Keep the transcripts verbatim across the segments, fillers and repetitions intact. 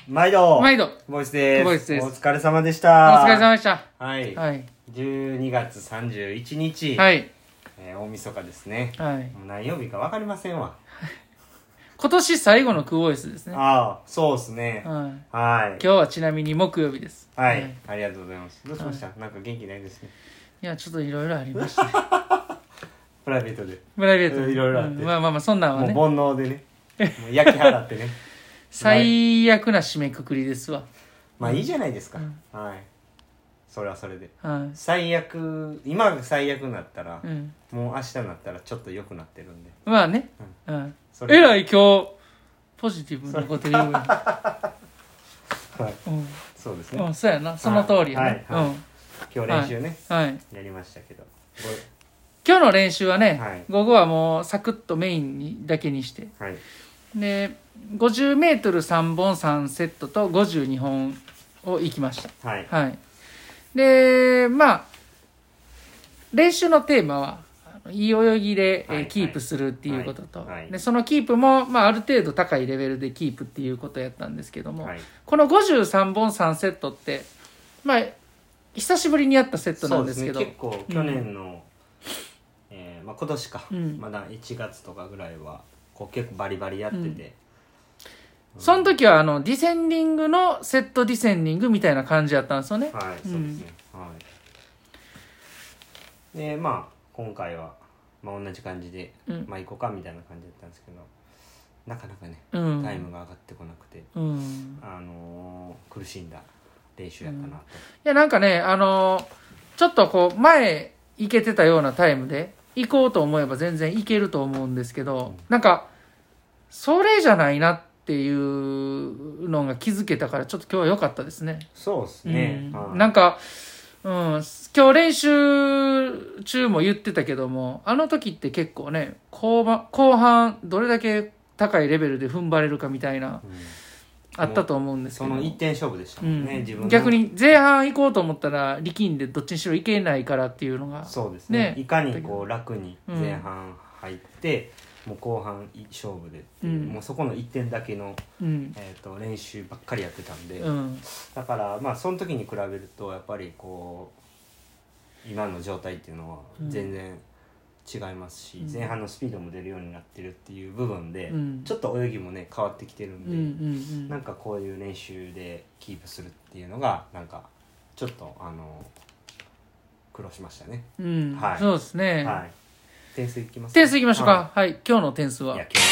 毎度毎度ボイスです。 ボイスです。 お疲れ様でした。 お疲れ様でした。 はい、 はい、 じゅうにがつさんじゅういちにち、 はい、 えー、大晦日ですね。 はい、 もう何曜日か分かりませんわ。 今年最後のクボイスですね。 ああ、そうですね。 はい、 はい。 今日はちなみに木曜日です。 はい、はい、ありがとうございます。どうしました、はい、なんか元気ないですね。 いや、ちょっといろいろありました、ね、 プライベートでプライベートでいろいろあって、 うん、まあまあまあそんなんはね、 もう煩悩でね、もう焼き払ってね最悪な締めくくりですわ。 まあいいじゃないですか、 うん、 はい。それはそれで、 はい、 最悪、今が最悪になったら、うん、もう明日になったらちょっと良くなってるんで、 まあね、 うんうん、えらい今日ポジティブなこと言うよはい、うん、 そうですね、 うん、そうやな、その通りやね、 はいはいはい、 うん、 今日練習ね、 はいはい、 やりましたけど、 今日の練習はね、 はい、 午後はもうサクッとメインにだけにして、はい、でごじゅうメートルさんぼんさんセットとごじゅうにほんを行きました。はい。はい、で、まあ、練習のテーマは、いい泳ぎで、はい、えー、キープするっていうことと、はいはい、でそのキープも、まあ、ある程度高いレベルでキープっていうことをやったんですけども、はい、このごじゅうさんぼんさんセットって、まあ、久しぶりにやったセットなんですけど、 そうですね、結構去年の、うん、えーまあ、今年か、うん、まだいちがつとかぐらいはこう結構バリバリやってて、うん、 その時はあのディセンディングのセットディセンディングみたいな感じだったんですよね。 はい、そうですね、うん、はい。でまあ今回は、まあ、同じ感じで、うん、まあ行こうかみたいな感じだったんですけど、なかなかね、うん、タイムが上がってこなくて、うん、あのー、苦しんだ練習やったなと、うん、いやなんかね、あのー、ちょっとこう前行けてたようなタイムで行こうと思えば全然行けると思うんですけど、うん、なんかそれじゃないなっていうのが気づけたから、ちょっと今日は良かったですね。 そうですね、 うん、なんか、うん、今日練習中も言ってたけども、あの時って結構ね、後半、後半どれだけ高いレベルで踏ん張れるかみたいな、うん、あったと思うんですけど、 その一点勝負でしたもんね、うん、自分の逆に前半行こうと思ったら力んでどっちにしろ行けないからっていうのが、 そうですね、いかにこう楽に前半入って、うん、もう後半勝負でっていう、うん、もうそこのいってんだけの、うん、えー、と練習ばっかりやってたんで、うん、だからまあその時に比べるとやっぱりこう今の状態っていうのは全然違いますし、うん、前半のスピードも出るようになってるっていう部分で、うん、ちょっと泳ぎもね変わってきてるんで、うんうんうん、なんかこういう練習でキープするっていうのがなんかちょっとあの苦労しましたね、 うん、はい、そうですね、 はい、点数いきますか。 点数いきましょうか、はい、はい、今日の点数は、いや今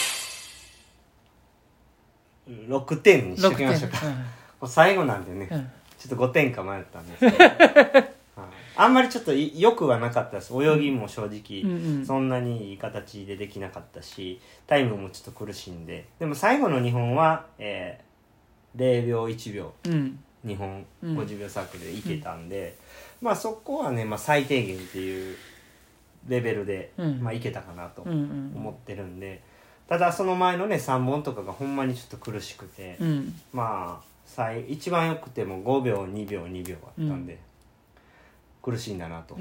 日ねろくてんにしときましょうか、うん、最後なんでね、うん、ちょっとごてんか迷ったんですけどあんまりちょっと良くはなかったです。泳ぎも正直そんなにいい形でできなかったし、タイムもちょっと苦しんで、でも最後のにほんは、えー、れいびょういちびょう、うん、にほんごじゅうびょうサークルでいけたんで、うん、まあそこはね、まあ、最低限っていうレベルで、うん、まあ、いけたかなと思ってるんで、ただその前のねさんぼんとかがほんまにちょっと苦しくて、うん、まあ最一番よくてもごびょうにびょうにびょうあったんで、うん、苦しいんだなと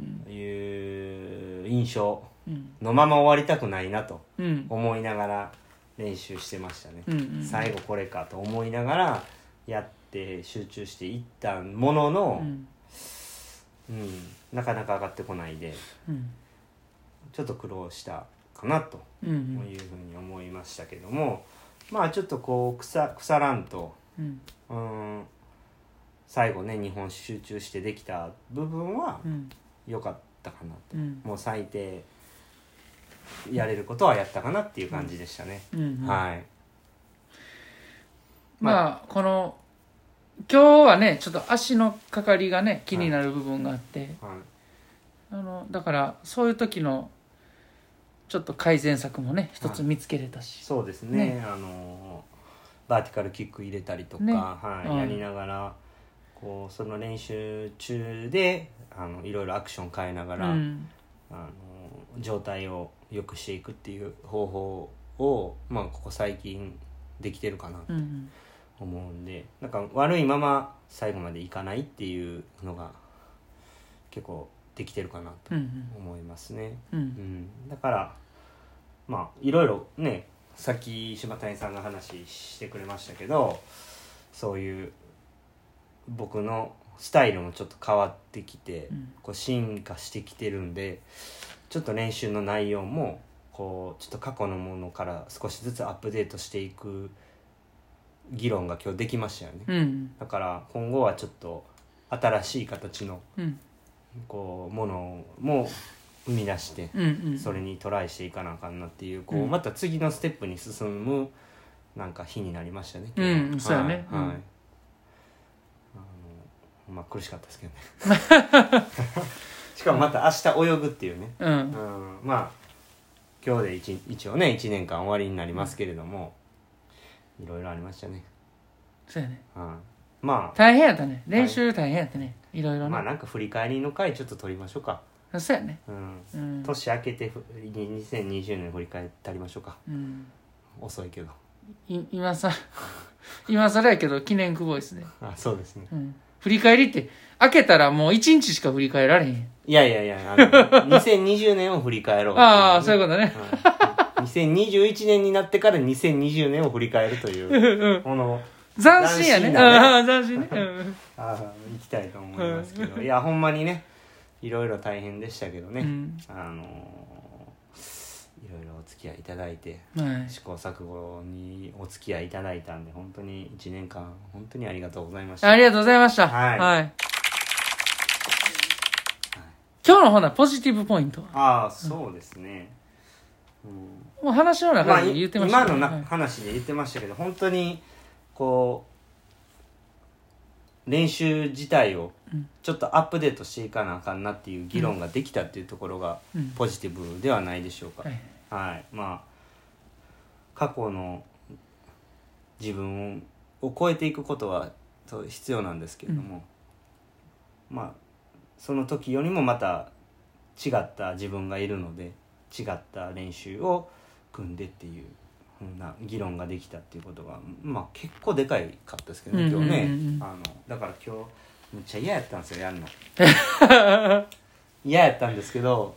いう印象のまま終わりたくないなと思いながら練習してましたね、うんうん、最後これかと思いながらやって集中していったものの、うんうん、なかなか上がってこないで、うん、ちょっと苦労したかなというふうに思いましたけども、まあちょっとこう 腐, 腐らんと、うんうん最後ねにほん集中してできた部分は良かったかなと、うん、もう最低やれることはやったかなっていう感じでしたね、うんうんうん、はい。 まあ、まあ、この今日はねちょっと足のかかりがね気になる部分があって、はいはい、あのだからそういう時のちょっと改善策もね一つ見つけれたし、はい、 そうですね、ね、あのバーティカルキック入れたりとか、ね、はいうん、やりながらこうその練習中であのいろいろアクション変えながら、うん、あの状態を良くしていくっていう方法を、まあ、ここ最近できてるかなと思うんで、うん、なんか悪いまま最後までいかないっていうのが結構できてるかなと思いますね、うんうん、だからまあいろいろねさっき柴谷さんが話してくれましたけど、そういう僕のスタイルもちょっと変わってきて、うん、こう進化してきてるんで、ちょっと練習の内容もこうちょっと過去のものから少しずつアップデートしていく議論が今日できましたよね、うん、だから今後はちょっと新しい形のこうものも生み出して、それにトライしていかなあかんなっていう、こうまた次のステップに進むなんか日になりましたね。 うん、そうやね。 はい。はい、あのまあ苦しかったですけどね。しかもまた明日泳ぐっていうね。うん。うん、まあ今日で一一応ねいちねんかん終わりになりますけれども、いろいろありましたね。 そうやね。 うん。まあ大変やったね。練習大変やったね。いろいろね。 まあなんか振り返りの回ちょっと取りましょうか。 そうやね、 うんうん、年明けてにせんにじゅうねん振り返ってやりましょうか、うん、遅いけどい今さ今更やけど記念久保ですね。 あ、そうですね、 うん、振り返りって開けたらもういちにちしか振り返られへん。 いやいやいや、あのにせんにじゅうねんを振り返ろう、ね、 ああそういうことね、 はい、にせんにじゅういちねんになってからにせんにじゅうねんを振り返るというこの斬新やね。 斬新ああ斬新ね、うん、 ああ行きたいと思いますけど、いやほんまにねいろいろ大変でしたけどね、うん、あのー、いろいろお付き合いいただいて、はい、試行錯誤にお付き合いいただいたんで本当にいちねんかん本当にありがとうございました。 ありがとうございました。はい、はいはい、今日のほなポジティブポイントは。 ああそうですね、 うん、もう話の中で言ってました、 ね、まあ、今のな、はい、話で言ってましたけど本当にこう練習自体をちょっとアップデートしていかなあかんなっていう議論ができたっていうところがポジティブではないでしょうか、うんうん、はい、はい、まあ過去の自分を超えていくことは必要なんですけれども、うん、まあその時よりもまた違った自分がいるので違った練習を組んでっていうな議論ができたっていうことがまあ結構でかいかったですけどね、今日ね、あのだから今日めっちゃ嫌やったんですよやるの嫌やったんですけど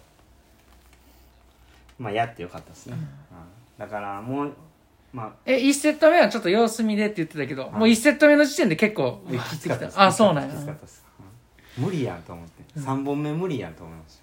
まあやってよかったですね、うん、だからもうまあえいちセット目はちょっと様子見でって言ってたけど、はい、もういちセット目の時点で結構きつかったです。 あそうなんや、 きつかったです、うん、無理やんと思って、うん、さんぼんめ無理やんと思いました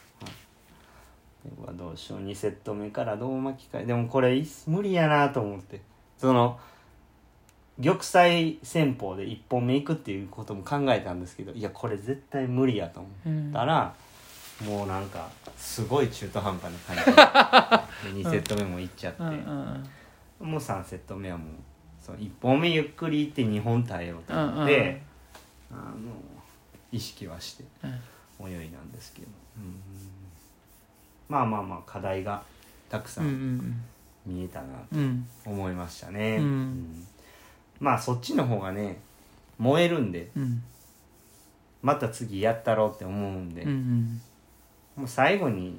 、はい、どうしようにセット目からどう巻き替えでもこれ無理やなと思って、その玉砕戦法でいっぽんめいくっていうことも考えたんですけど、いやこれ絶対無理やと思ったら、うん、もうなんかすごい中途半端な感じでにセット目もいっちゃって、うんうんうん、もうさんセット目はもうそのいっぽんめゆっくりいってにほん耐えようと思って、うんうん、あの意識はして泳いだんですけど、うん、まあまあまあ課題がたくさん見えたなと思いましたね、うんうん、まあそっちの方がね燃えるんで、うん、また次やったろうって思うんで、うんうん、もう最後に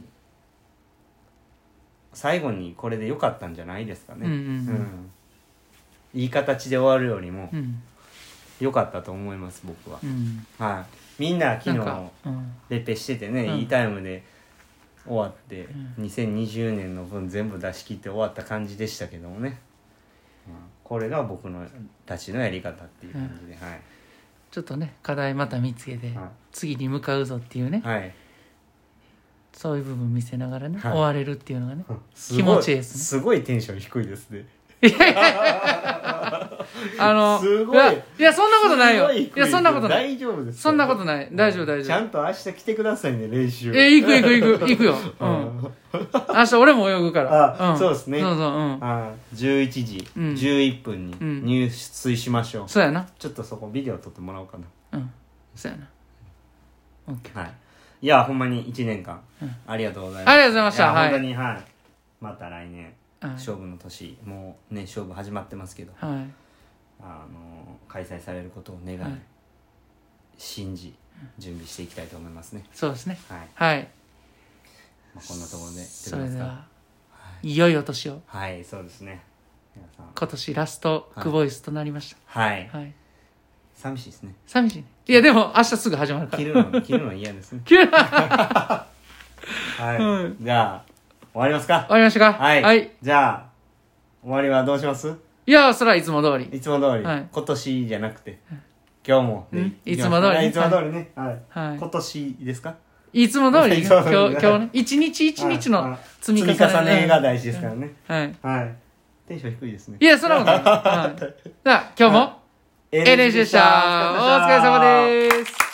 最後にこれで良かったんじゃないですかね、うんうんうん、いい形で終わるよりも良かったと思います僕は、うんはい、みんな昨日レペしててね、うん、いいタイムで終わって、うん、にせんにじゅうねんの分全部出し切って終わった感じでしたけどもね、うん、これが僕のたちのやり方っていう感じで、うんはい、 ちょっとね課題また見つけて、はい、次に向かうぞっていうね、はい、そういう部分見せながらね、はい、終われるっていうのがね気持ちいいですね。 すごいテンション低いですねあのすごいいやそんなことないよ。いやそんなことない大丈夫です。 そんなことない大丈夫大丈夫。 ちゃんと明日来てくださいね練習。 え行く行く行く行くよ、うん、明日俺も泳ぐから。 あ、うん、そうですね。 そうそう、うん、 あじゅういちじじゅういっぷんに入水しましょう、うん、 そうやな。 ちょっとそこビデオ撮ってもらおうかな。 うんそうやな。オッケー。 はい。いやほんまにいちねんかん、うん、ありがとうございます。 ありがとうございました。 はい、本当にはいまた来年勝負の年、もうね勝負始まってますけど、はい、あの開催されることを願い、はい、信じ準備していきたいと思いますね。 そうですね。 はい、 はい、 まあ、こんなところでそれでは、はい、いよいよ年を。 はいそうですね。皆さん今年ラストクボイスとなりました。 はい、はい、寂しいですね。 寂しいね。いやでも明日すぐ始まるから切るの切るの嫌ですね。 切るはい、うん、じゃあ終わりますか。 終わりましたか。 はい、はい、じゃあ終わりはどうします？ いや、それはいつも通り。 いつも通り。はい、今年じゃなくて、今日も。 いつも通り。 いつも通りね。はい。はい、今年ですか？ いつも通り。今日、今日ね。一日一日の積み重ね。 積み重ねが大事ですからね。はい。はい。テンション低いですね。 いや、そんなことない。はい。じゃあ、今日も、エヌエイチ でした。お疲れ様です。